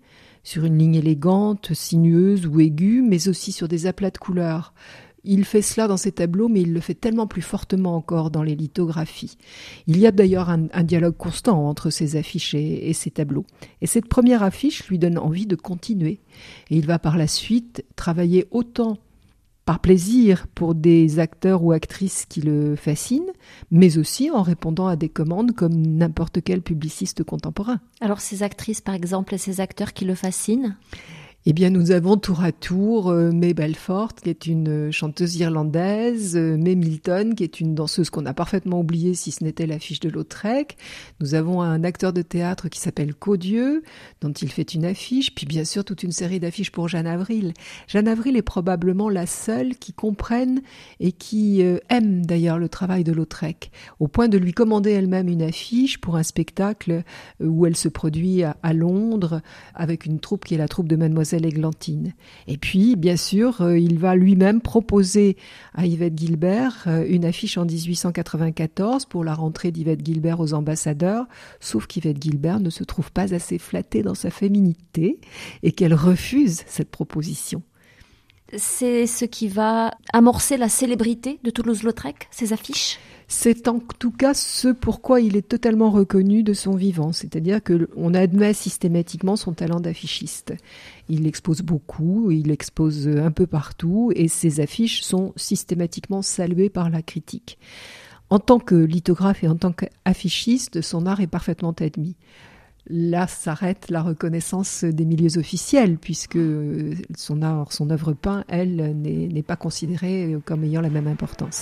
élégante, sinueuse ou aiguë, mais aussi sur des aplats de couleurs. Il fait cela dans ses tableaux, mais il le fait tellement plus fortement encore dans les lithographies. Il y a d'ailleurs un dialogue constant entre ses affiches et ses tableaux. Et cette première affiche lui donne envie de continuer. Et il va par la suite travailler autant par plaisir pour des acteurs ou actrices qui le fascinent, mais aussi en répondant à des commandes comme n'importe quel publiciste contemporain. Alors ces actrices par exemple et ces acteurs qui le fascinent ? Eh bien, nous avons tour à tour May Belfort, qui est une chanteuse irlandaise, May Milton, qui est une danseuse qu'on a parfaitement oubliée si ce n'était l'affiche de Lautrec. Nous avons un acteur de théâtre qui s'appelle Caudieu, dont il fait une affiche, puis bien sûr toute une série d'affiches pour Jeanne Avril. Jeanne Avril est probablement la seule qui comprenne et qui aime d'ailleurs le travail de Lautrec, au point de lui commander elle-même une affiche pour un spectacle où elle se produit à Londres avec une troupe qui est la troupe de Mademoiselle Églantine. Et puis, bien sûr, il va lui-même proposer à Yvette Guilbert une affiche en 1894 pour la rentrée d'Yvette Guilbert aux ambassadeurs, sauf qu'Yvette Guilbert ne se trouve pas assez flattée dans sa féminité et qu'elle refuse cette proposition. C'est ce qui va amorcer la célébrité de Toulouse-Lautrec, ces affiches ? C'est en tout cas ce pourquoi il est totalement reconnu de son vivant, c'est-à-dire qu'on admet systématiquement son talent d'affichiste. Il expose beaucoup, il expose un peu partout et ses affiches sont systématiquement saluées par la critique. En tant que lithographe et en tant qu'affichiste, son art est parfaitement admis. Là s'arrête la reconnaissance des milieux officiels, puisque son œuvre peinte, elle, n'est pas considérée comme ayant la même importance.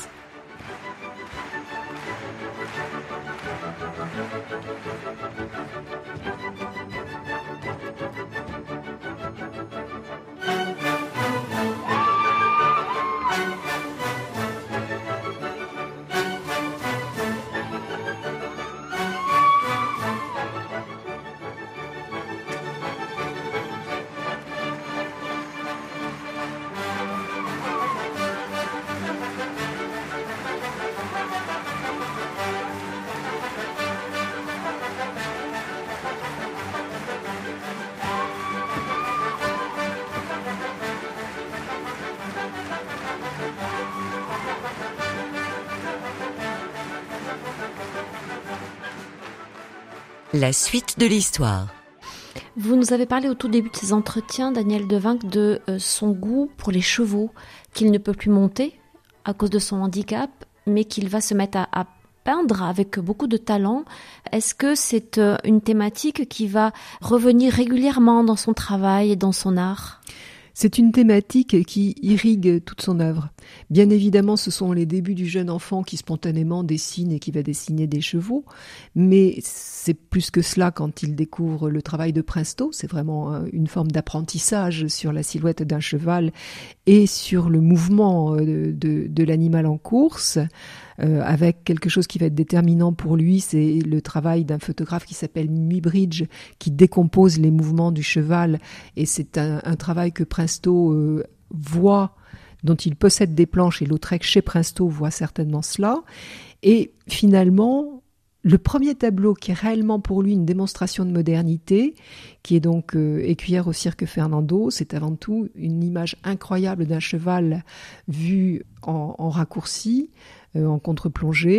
La suite de l'histoire. Vous nous avez parlé au tout début de ces entretiens, Daniel Devinck, de son goût pour les chevaux, qu'il ne peut plus monter à cause de son handicap, mais qu'il va se mettre à peindre avec beaucoup de talent. Est-ce que c'est une thématique qui va revenir régulièrement dans son travail et dans son art ? C'est une thématique qui irrigue toute son œuvre. Bien évidemment, ce sont les débuts du jeune enfant qui spontanément dessine et qui va dessiner des chevaux, mais c'est plus que cela quand il découvre le travail de Princeau. C'est vraiment une forme d'apprentissage sur la silhouette d'un cheval et sur le mouvement de l'animal en course. Avec quelque chose qui va être déterminant pour lui, c'est le travail d'un photographe qui s'appelle Muybridge, qui décompose les mouvements du cheval, et c'est un travail que Princeau voit, dont il possède des planches, et Lautrec chez Princeau voit certainement cela. Et finalement, le premier tableau qui est réellement pour lui une démonstration de modernité, qui est donc Écuyère au cirque Fernando, c'est avant tout une image incroyable d'un cheval vu en raccourci, en contre-plongée,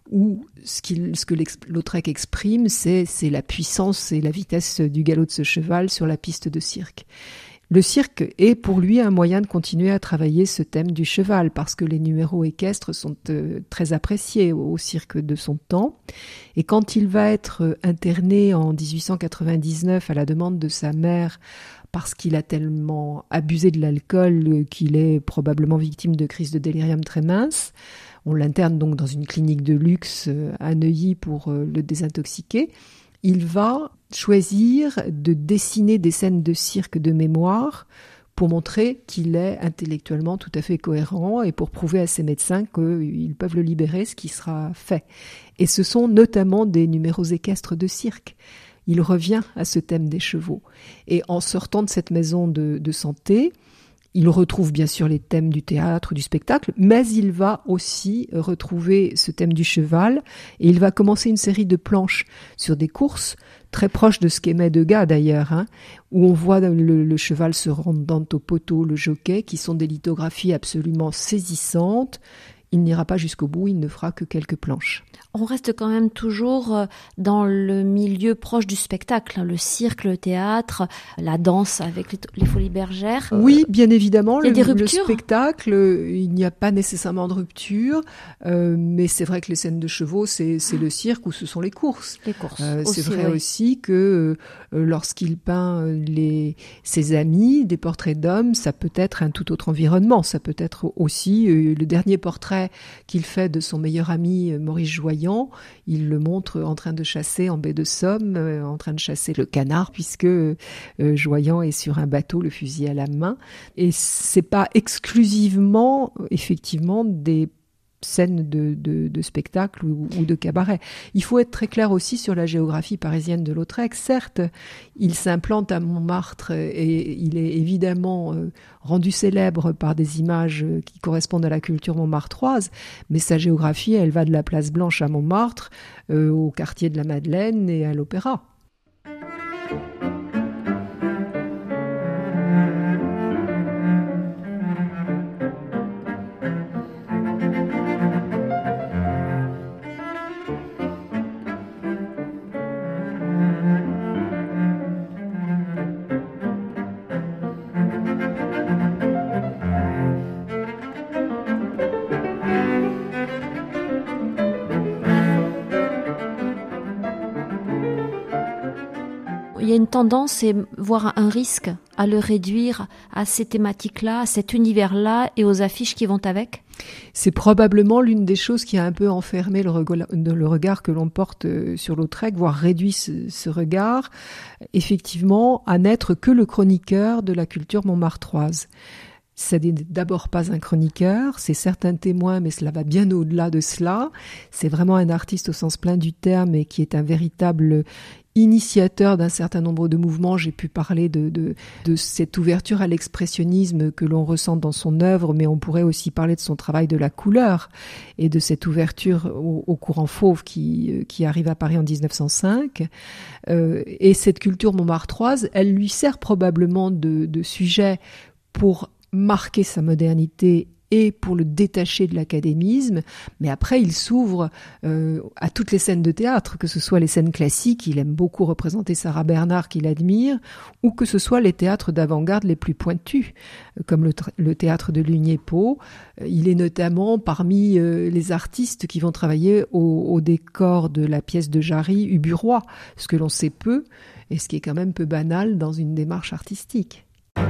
où ce que Lautrec exprime, c'est la puissance et la vitesse du galop de ce cheval sur la piste de cirque. Le cirque est pour lui un moyen de continuer à travailler ce thème du cheval, parce que les numéros équestres sont très appréciés au cirque de son temps. Et quand il va être interné en 1899 à la demande de sa mère, parce qu'il a tellement abusé de l'alcool qu'il est probablement victime de crises de délirium très minces, on l'interne donc dans une clinique de luxe à Neuilly pour le désintoxiquer. Il va choisir de dessiner des scènes de cirque de mémoire pour montrer qu'il est intellectuellement tout à fait cohérent et pour prouver à ses médecins qu'ils peuvent le libérer, ce qui sera fait. Et ce sont notamment des numéros équestres de cirque. Il revient à ce thème des chevaux. Et en sortant de cette maison de santé, il retrouve bien sûr les thèmes du théâtre, du spectacle, mais il va aussi retrouver ce thème du cheval et il va commencer une série de planches sur des courses très proches de ce qu'aimait Degas d'ailleurs, où on voit le cheval se rendant au poteau, le jockey, qui sont des lithographies absolument saisissantes. Il n'ira pas jusqu'au bout, il ne fera que quelques planches. On reste quand même toujours dans le milieu proche du spectacle, le cirque, le théâtre, la danse avec les Folies Bergères. Oui, bien évidemment, il y a des le ruptures. spectacle, il n'y a pas nécessairement de rupture, mais c'est vrai que les scènes de chevaux, c'est le cirque ou ce sont les courses. Les courses. C'est vrai aussi que lorsqu'il peint ses amis, des portraits d'hommes, ça peut être un tout autre environnement. Ça peut être aussi le dernier portrait qu'il fait de son meilleur ami Maurice Joyon. Il le montre en train de chasser en baie de Somme, en train de chasser le canard, puisque Joyon est sur un bateau, le fusil à la main. Et c'est pas exclusivement, effectivement, des scènes de spectacle ou de cabaret. Il faut être très clair aussi sur la géographie parisienne de Lautrec. Certes, il s'implante à Montmartre et il est évidemment rendu célèbre par des images qui correspondent à la culture montmartroise, mais sa géographie, elle va de la place Blanche à Montmartre, au quartier de la Madeleine et à l'Opéra. Il y a une tendance, et voire un risque, à le réduire à ces thématiques-là, à cet univers-là et aux affiches qui vont avec. C'est probablement l'une des choses qui a un peu enfermé le regard que l'on porte sur Lautrec, voire réduit ce regard, effectivement, à n'être que le chroniqueur de la culture montmartroise. Ça n'est d'abord pas un chroniqueur, c'est certes un témoin, mais cela va bien au-delà de cela. C'est vraiment un artiste au sens plein du terme et qui est un véritable initiateur d'un certain nombre de mouvements. J'ai pu parler de cette ouverture à l'expressionnisme que l'on ressent dans son œuvre, mais on pourrait aussi parler de son travail de la couleur et de cette ouverture au courant fauve qui arrive à Paris en 1905. Et cette culture montmartroise, elle lui sert probablement de sujet pour marquer sa modernité et pour le détacher de l'académisme, mais après il s'ouvre à toutes les scènes de théâtre, que ce soit les scènes classiques, il aime beaucoup représenter Sarah Bernhardt qu'il admire, ou que ce soit les théâtres d'avant-garde les plus pointus, comme le théâtre de Lugné-Pau. Il est notamment parmi les artistes qui vont travailler au décor de la pièce de Jarry, Ubu-Roi, ce que l'on sait peu, et ce qui est quand même peu banal dans une démarche artistique.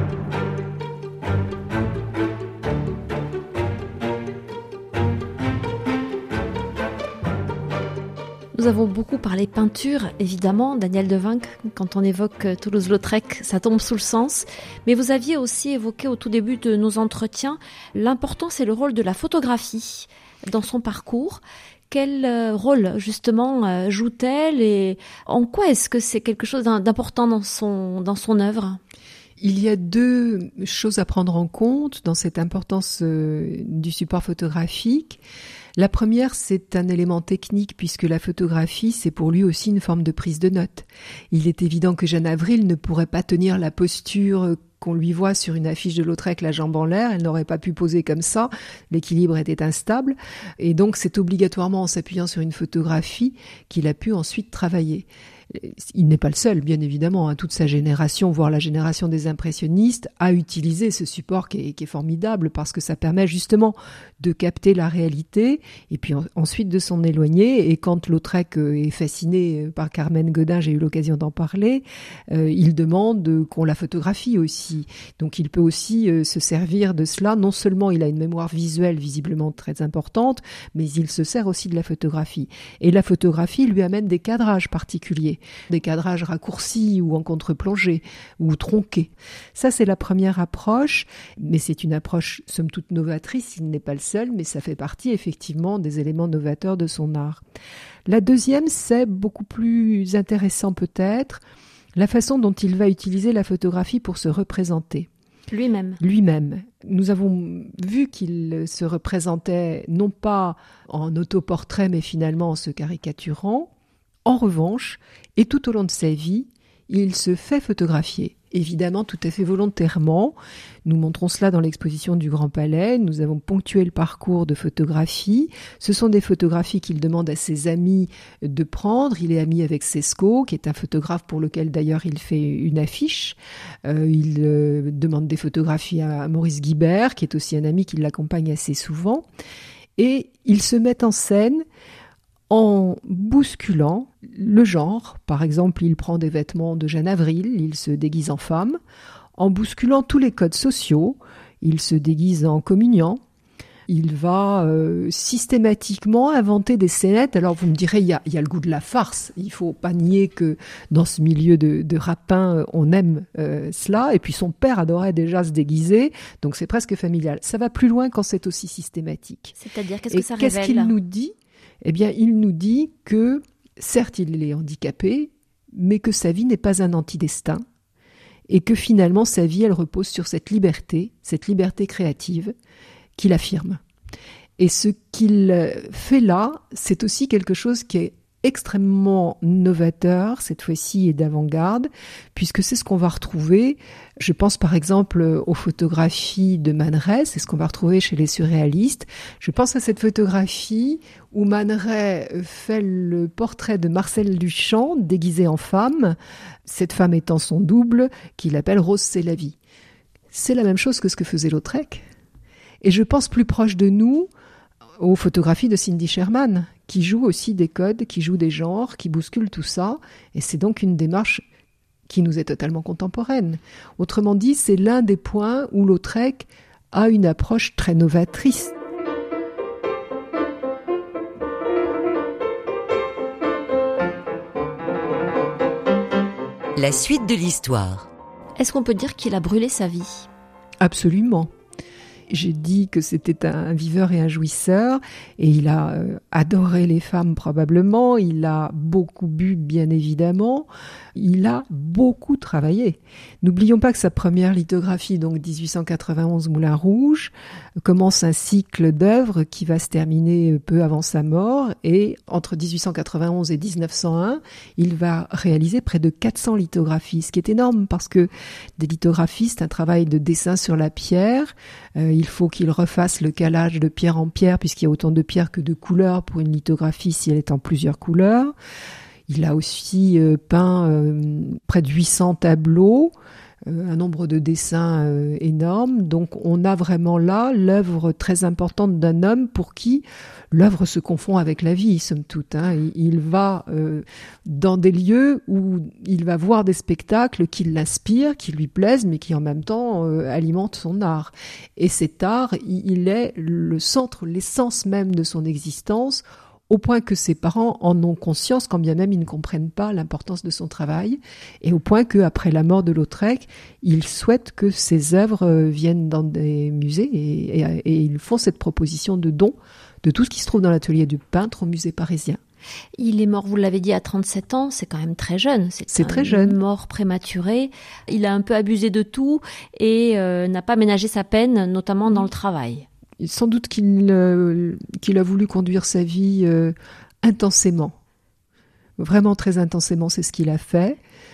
Nous avons beaucoup parlé peinture, évidemment, Daniel Devinck, quand on évoque Toulouse-Lautrec, ça tombe sous le sens. Mais vous aviez aussi évoqué au tout début de nos entretiens l'importance et le rôle de la photographie dans son parcours. Quel rôle, justement, joue-t-elle et en quoi est-ce que c'est quelque chose d'important dans son œuvre ? Il y a deux choses à prendre en compte dans cette importance du support photographique. La première, c'est un élément technique puisque la photographie, c'est pour lui aussi une forme de prise de notes. Il est évident que Jeanne Avril ne pourrait pas tenir la posture qu'on lui voit sur une affiche de Lautrec la jambe en l'air. Elle n'aurait pas pu poser comme ça. L'équilibre était instable. Et donc, c'est obligatoirement en s'appuyant sur une photographie qu'il a pu ensuite travailler. Il n'est pas le seul, bien évidemment, hein. Toute sa génération, voire la génération des impressionnistes, a utilisé ce support qui est formidable parce que ça permet justement de capter la réalité et puis ensuite de s'en éloigner. Et quand Lautrec est fasciné par Carmen Godin, j'ai eu l'occasion d'en parler, il demande qu'on la photographie aussi. Donc il peut aussi se servir de cela. Non seulement il a une mémoire visuelle visiblement très importante, mais il se sert aussi de la photographie. Et la photographie lui amène des cadrages particuliers. Des cadrages raccourcis ou en contre-plongée ou tronqués. Ça, c'est la première approche, mais c'est une approche somme toute novatrice, il n'est pas le seul, mais ça fait partie effectivement des éléments novateurs de son art. La deuxième, c'est beaucoup plus intéressant peut-être, la façon dont il va utiliser la photographie pour se représenter. Lui-même. Nous avons vu qu'il se représentait non pas en autoportrait, mais finalement en se caricaturant. En revanche, et tout au long de sa vie, il se fait photographier. Évidemment, tout à fait volontairement. Nous montrons cela dans l'exposition du Grand Palais. Nous avons ponctué le parcours de photographie. Ce sont des photographies qu'il demande à ses amis de prendre. Il est ami avec Sesco, qui est un photographe pour lequel d'ailleurs il fait une affiche. Il demande des photographies à Maurice Guibert, qui est aussi un ami qui l'accompagne assez souvent. Et il se met en scène en bousculant le genre. Par exemple, il prend des vêtements de Jeanne Avril, il se déguise en femme. En bousculant tous les codes sociaux, il se déguise en communiant. Il va systématiquement inventer des scénettes. Alors vous me direz, il y a le goût de la farce. Il ne faut pas nier que dans ce milieu de rapins, on aime cela. Et puis son père adorait déjà se déguiser, donc c'est presque familial. Ça va plus loin quand c'est aussi systématique. C'est-à-dire, qu'est-ce que ça révèle ? Qu'est-ce qu'il nous dit ? Eh bien, il nous dit que, certes, il est handicapé, mais que sa vie n'est pas un antidestin, et que finalement, sa vie, elle repose sur cette liberté créative qu'il affirme. Et ce qu'il fait là, c'est aussi quelque chose qui est extrêmement novateur, cette fois-ci, et d'avant-garde, puisque c'est ce qu'on va retrouver, je pense par exemple aux photographies de Man Ray, c'est ce qu'on va retrouver chez les surréalistes. Je pense à cette photographie où Man Ray fait le portrait de Marcel Duchamp, déguisé en femme, cette femme étant son double, qu'il appelle Rose c'est la vie. C'est la même chose que ce que faisait Lautrec. Et je pense plus proche de nous aux photographies de Cindy Sherman, qui joue aussi des codes, qui joue des genres, qui bouscule tout ça. Et c'est donc une démarche qui nous est totalement contemporaine. Autrement dit, c'est l'un des points où Lautrec a une approche très novatrice. La suite de l'histoire. Est-ce qu'on peut dire qu'il a brûlé sa vie ? Absolument. J'ai dit que c'était un viveur et un jouisseur, et il a adoré les femmes probablement, il a beaucoup bu bien évidemment, il a beaucoup travaillé. N'oublions pas que sa première lithographie, donc 1891 Moulin Rouge, commence un cycle d'œuvres qui va se terminer peu avant sa mort, et entre 1891 et 1901, il va réaliser près de 400 lithographies, ce qui est énorme parce que des lithographies, c'est un travail de dessin sur la pierre. Il faut qu'il refasse le calage de pierre en pierre puisqu'il y a autant de pierres que de couleurs pour une lithographie si elle est en plusieurs couleurs. Il a aussi peint près de 800 tableaux, un nombre de dessins énorme. Donc on a vraiment là l'œuvre très importante d'un homme pour qui l'œuvre se confond avec la vie, somme toute. Il va dans des lieux où il va voir des spectacles qui l'inspirent, qui lui plaisent, mais qui en même temps alimentent son art. Et cet art, il est le centre, l'essence même de son existence, au point que ses parents en ont conscience, quand bien même ils ne comprennent pas l'importance de son travail, et au point qu'après la mort de Lautrec, ils souhaitent que ses œuvres viennent dans des musées, et ils font cette proposition de don de tout ce qui se trouve dans l'atelier du peintre au musée parisien. Il est mort, vous l'avez dit, à 37 ans, c'est quand même très jeune. C'est très jeune. Mort prématurée. Il a un peu abusé de tout et n'a pas ménagé sa peine, notamment dans le travail. Sans doute qu'il a voulu conduire sa vie intensément. Vraiment très intensément, c'est ce qu'il a fait.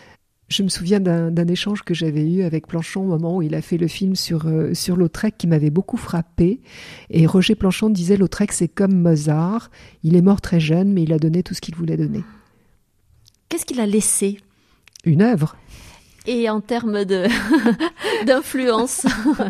Je me souviens d'un échange que j'avais eu avec Planchon au moment où il a fait le film sur Lautrec qui m'avait beaucoup frappé. Et Roger Planchon disait Lautrec, c'est comme Mozart. Il est mort très jeune, mais il a donné tout ce qu'il voulait donner. Qu'est-ce qu'il a laissé ? Une œuvre. Et en termes d'influence,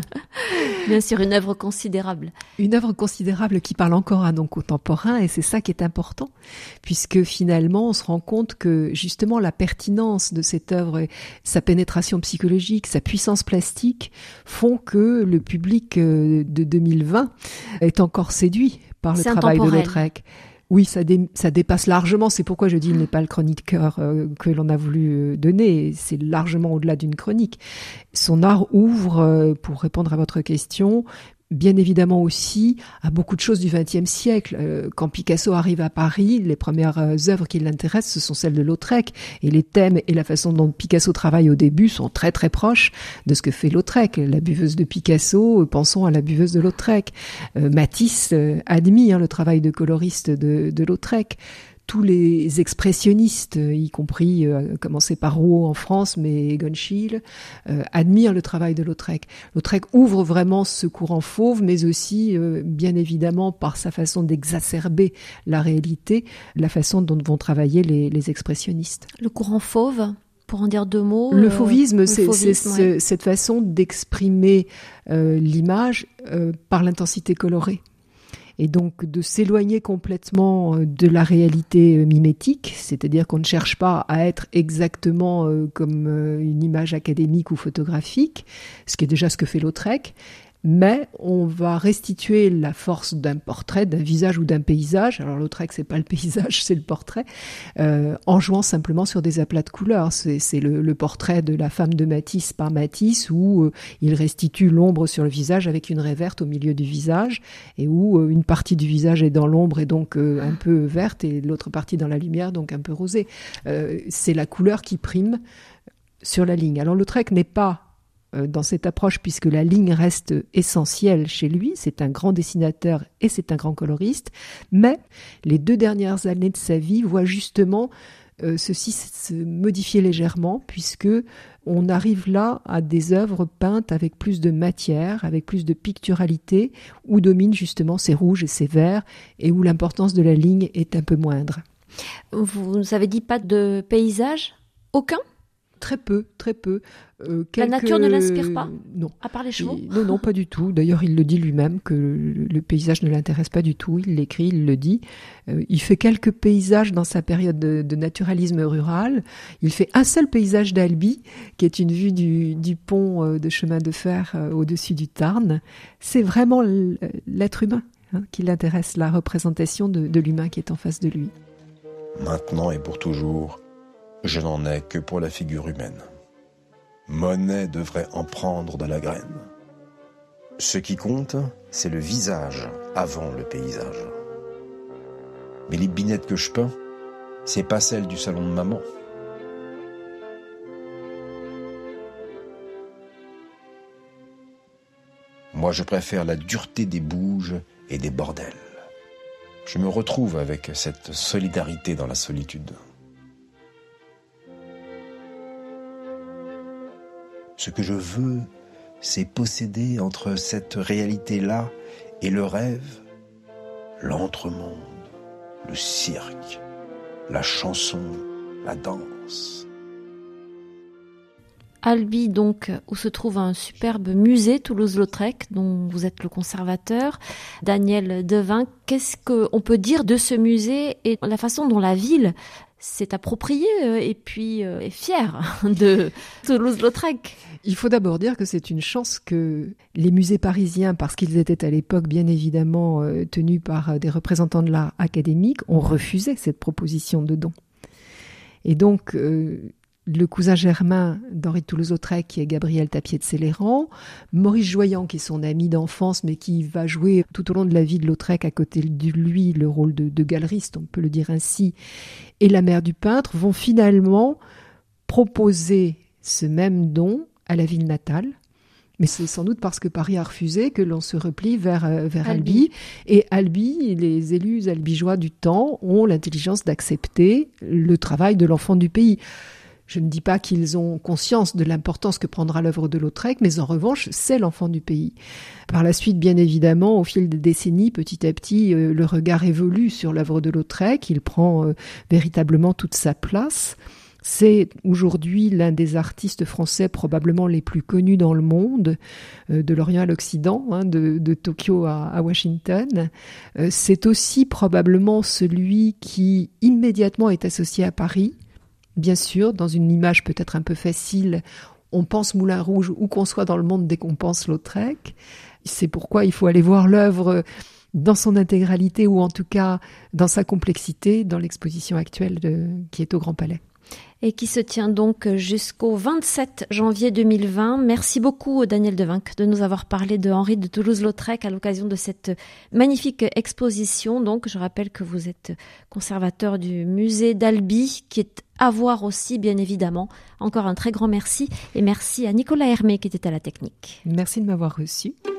bien sûr, une œuvre considérable. Une œuvre considérable qui parle encore à nos contemporains, et c'est ça qui est important, puisque finalement, on se rend compte que justement la pertinence de cette œuvre, sa pénétration psychologique, sa puissance plastique, font que le public de 2020 est encore séduit par le travail de Lautrec. Oui, ça dépasse largement, c'est pourquoi je dis il n'est pas le chroniqueur que l'on a voulu donner, c'est largement au-delà d'une chronique. Son art ouvre, pour répondre à votre question, bien évidemment aussi à beaucoup de choses du XXe siècle. Quand Picasso arrive à Paris, les premières œuvres qui l'intéressent, ce sont celles de Lautrec. Et les thèmes et la façon dont Picasso travaille au début sont très très proches de ce que fait Lautrec. La buveuse de Picasso, pensons à la buveuse de Lautrec. Matisse admire le travail de coloriste de Lautrec. Tous les expressionnistes, y compris commencé par Rouault en France, mais Egon Schiele, admirent le travail de Lautrec. Lautrec ouvre vraiment ce courant fauve, mais aussi, bien évidemment, par sa façon d'exacerber la réalité, la façon dont vont travailler les expressionnistes. Le courant fauve, pour en dire deux mots. Le fauvisme, c'est cette façon d'exprimer l'image par l'intensité colorée. Et donc de s'éloigner complètement de la réalité mimétique, c'est-à-dire qu'on ne cherche pas à être exactement comme une image académique ou photographique, ce qui est déjà ce que fait Lautrec, mais on va restituer la force d'un portrait, d'un visage ou d'un paysage. Alors Lautrec, c'est pas le paysage, c'est le portrait, en jouant simplement sur des aplats de couleurs. C'est le portrait de la femme de Matisse par Matisse, où il restitue l'ombre sur le visage avec une raie verte au milieu du visage, et où une partie du visage est dans l'ombre et donc un peu verte, et l'autre partie dans la lumière, donc un peu rosée. C'est la couleur qui prime sur la ligne. Alors Lautrec n'est pas dans cette approche, puisque la ligne reste essentielle chez lui, c'est un grand dessinateur et c'est un grand coloriste, mais les 2 dernières années de sa vie voient justement ceci se modifier légèrement, puisque on arrive là à des œuvres peintes avec plus de matière, avec plus de picturalité, où dominent justement ces rouges et ces verts, et où l'importance de la ligne est un peu moindre. Vous nous avez dit pas de paysage ? Aucun ? Très peu. La nature ne l'inspire pas ? Non. À part les chevaux ? Non, pas du tout. D'ailleurs, il le dit lui-même, que le paysage ne l'intéresse pas du tout. Il l'écrit, il le dit. Il fait quelques paysages dans sa période de naturalisme rural. Il fait un seul paysage d'Albi, qui est une vue du pont de chemin de fer au-dessus du Tarn. C'est vraiment l'être humain qui l'intéresse, la représentation de l'humain qui est en face de lui. Maintenant et pour toujours, je n'en ai que pour la figure humaine. Monet devrait en prendre de la graine. Ce qui compte, c'est le visage avant le paysage. Mais les binettes que je peins, c'est pas celles du salon de maman. Moi, je préfère la dureté des bouges et des bordels. Je me retrouve avec cette solidarité dans la solitude. Ce que je veux, c'est posséder entre cette réalité-là et le rêve, l'entremonde, le cirque, la chanson, la danse. Albi, donc, où se trouve un superbe musée Toulouse-Lautrec, dont vous êtes le conservateur. Daniel Devin, qu'est-ce qu'on peut dire de ce musée et la façon dont la ville s'est appropriée et puis est fière de Toulouse-Lautrec ? Il faut d'abord dire que c'est une chance que les musées parisiens, parce qu'ils étaient à l'époque bien évidemment tenus par des représentants de l'art académique, ont refusé cette proposition de don. Et donc, le cousin germain d'Henri de Toulouse-Lautrec, qui est Gabriel Tapier de Céléran, Maurice Joyand, qui est son ami d'enfance, mais qui va jouer tout au long de la vie de Lautrec à côté de lui le rôle de galeriste, on peut le dire ainsi, et la mère du peintre, vont finalement proposer ce même don à la ville natale. Mais c'est sans doute parce que Paris a refusé que l'on se replie vers Albi. Et Albi, les élus albigeois du temps ont l'intelligence d'accepter le travail de l'enfant du pays. Je ne dis pas qu'ils ont conscience de l'importance que prendra l'œuvre de Lautrec, mais en revanche, c'est l'enfant du pays. Par la suite, bien évidemment, au fil des décennies, petit à petit, le regard évolue sur l'œuvre de Lautrec. Il prend véritablement toute sa place. C'est aujourd'hui l'un des artistes français probablement les plus connus dans le monde, de l'Orient à l'Occident, de Tokyo à Washington. C'est aussi probablement celui qui immédiatement est associé à Paris. Bien sûr, dans une image peut-être un peu facile, on pense Moulin Rouge où qu'on soit dans le monde dès qu'on pense Lautrec. C'est pourquoi il faut aller voir l'œuvre dans son intégralité ou en tout cas dans sa complexité dans l'exposition actuelle qui est au Grand Palais. Et qui se tient donc jusqu'au 27 janvier 2020. Merci beaucoup Daniel Devinck de nous avoir parlé de Henri de Toulouse-Lautrec à l'occasion de cette magnifique exposition. Donc je rappelle que vous êtes conservateur du musée d'Albi qui est à voir aussi bien évidemment. Encore un très grand merci et merci à Nicolas Hermé qui était à la technique. Merci de m'avoir reçu.